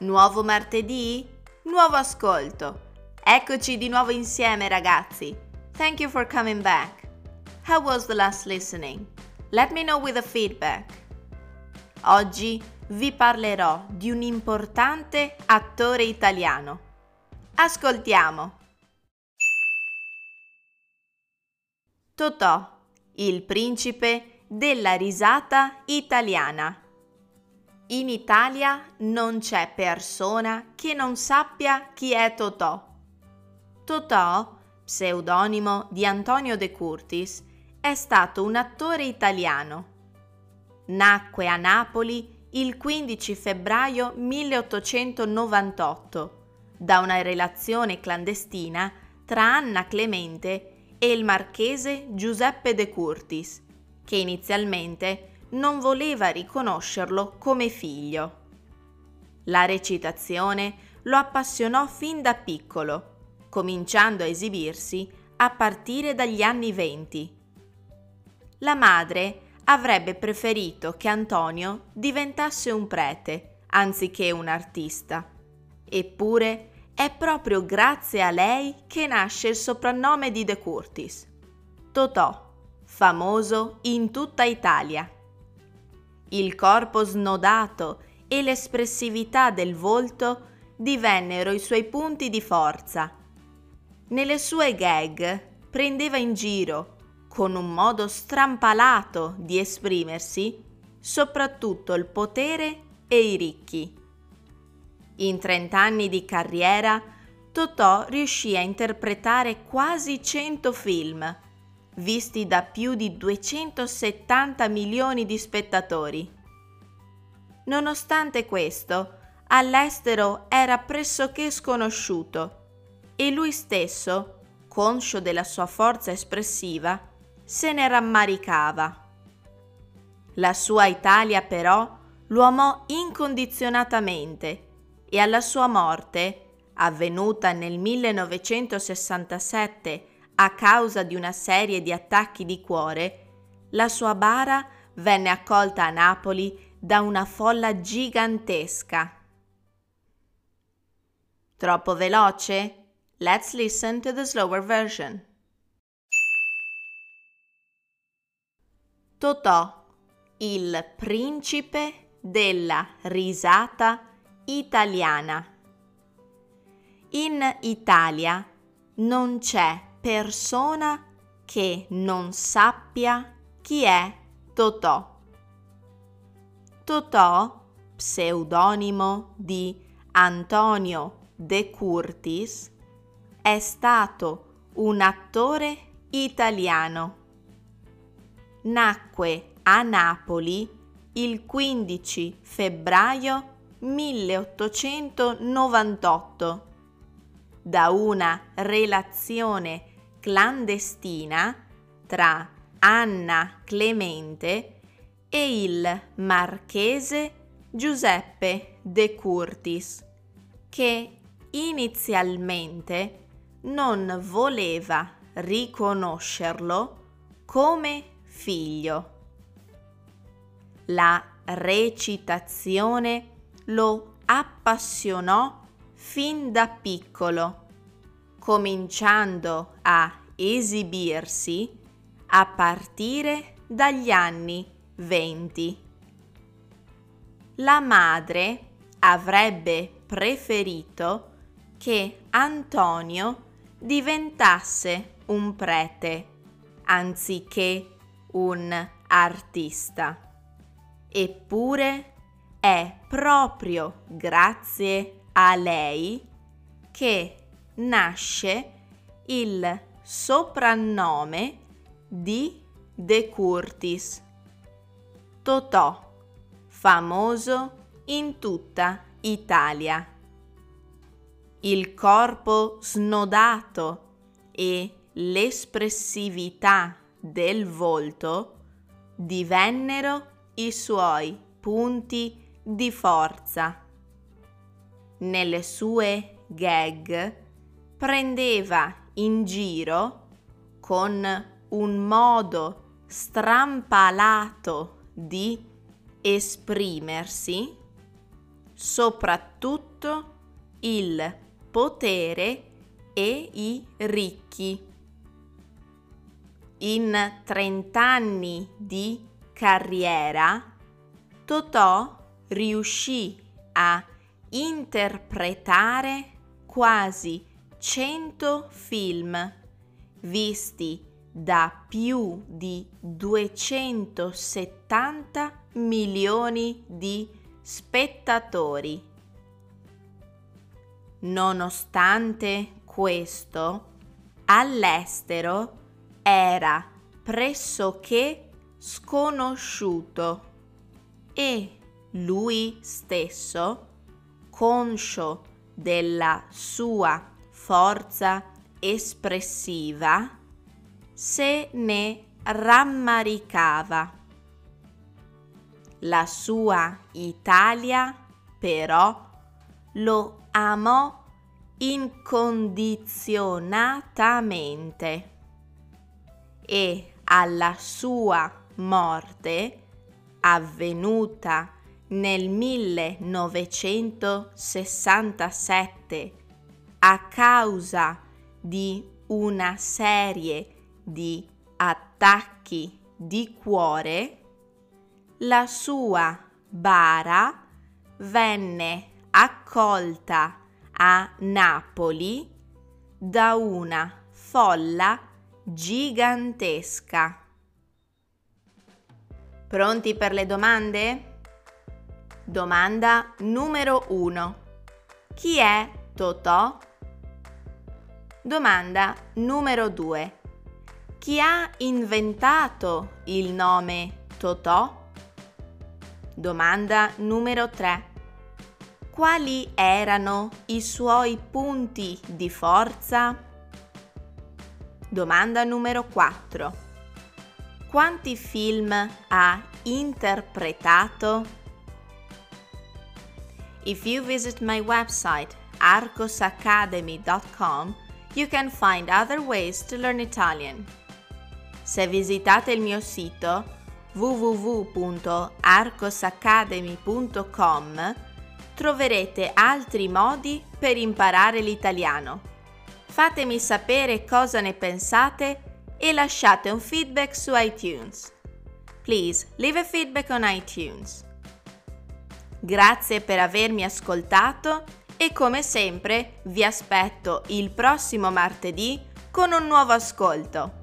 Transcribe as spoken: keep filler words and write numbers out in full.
Nuovo martedì? Nuovo ascolto. Eccoci di nuovo insieme, ragazzi. Thank you for coming back. How was the last listening? Let me know with the feedback. Oggi vi parlerò di un importante attore italiano. Ascoltiamo. Totò, il principe della risata italiana. In Italia non c'è persona che non sappia chi è Totò. Totò, pseudonimo di Antonio De Curtis, è stato un attore italiano. Nacque a Napoli il quindici febbraio milleottocentonovantotto da una relazione clandestina tra Anna Clemente e il marchese Giuseppe De Curtis, che inizialmente non voleva riconoscerlo come figlio. La recitazione lo appassionò fin da piccolo, cominciando a esibirsi a partire dagli anni venti. La madre avrebbe preferito che Antonio diventasse un prete anziché un artista, eppure è proprio grazie a lei che nasce il soprannome di De Curtis, Totò, famoso in tutta Italia. Il corpo snodato e l'espressività del volto divennero i suoi punti di forza. Nelle sue gag prendeva in giro, con un modo strampalato di esprimersi, soprattutto il potere e i ricchi. In trent'anni di carriera, Totò riuscì a interpretare quasi cento film, visti da più di duecentosettanta milioni di spettatori. Nonostante questo, all'estero era pressoché sconosciuto e lui stesso, conscio della sua forza espressiva, se ne rammaricava. La sua Italia però lo amò incondizionatamente e alla sua morte, avvenuta nel millenovecentosessantasette a causa di una serie di attacchi di cuore, la sua bara venne accolta a Napoli da una folla gigantesca. Troppo veloce? Let's listen to the slower version. Totò, il principe della risata italiana. In Italia non c'è persona che non sappia chi è Totò. Totò, pseudonimo di Antonio De Curtis, è stato un attore italiano. Nacque a Napoli il quindici febbraio milleottocentonovantotto da una relazione clandestina tra Anna Clemente e il marchese Giuseppe De Curtis, che inizialmente non voleva riconoscerlo come figlio. La recitazione lo appassionò fin da piccolo, cominciando a esibirsi a partire dagli anni venti. La madre avrebbe preferito che Antonio diventasse un prete anziché un artista. Eppure è proprio grazie a lei che nasce il soprannome di De Curtis, Totò, famoso in tutta Italia. Il corpo snodato e l'espressività del volto divennero i suoi punti di forza. Nelle sue gag prendeva in giro, con un modo strampalato di esprimersi, soprattutto il potere e i ricchi. In trent'anni di carriera, Totò riuscì a interpretare quasi cento film visti da più di duecentosettanta milioni di spettatori. Nonostante questo, all'estero era pressoché sconosciuto e lui stesso, conscio della sua forza espressiva, se ne rammaricava. La sua Italia, però, lo amò incondizionatamente e alla sua morte, avvenuta nel millenovecentosessantasette a causa di una serie di attacchi di cuore, la sua bara venne accolta a Napoli da una folla gigantesca. Pronti per le domande? Domanda numero uno. Chi è Totò? Domanda numero due. Chi ha inventato il nome Totò? Domanda numero tre. Quali erano i suoi punti di forza? Domanda numero quattro. Quanti film ha interpretato? If you visit my website arcos academy dot com, you can find other ways to learn Italian. Se visitate il mio sito w w w punto arcos academy punto com troverete altri modi per imparare l'italiano. Fatemi sapere cosa ne pensate e lasciate un feedback su iTunes. Please leave a feedback on iTunes. Grazie per avermi ascoltato e come sempre vi aspetto il prossimo martedì con un nuovo ascolto.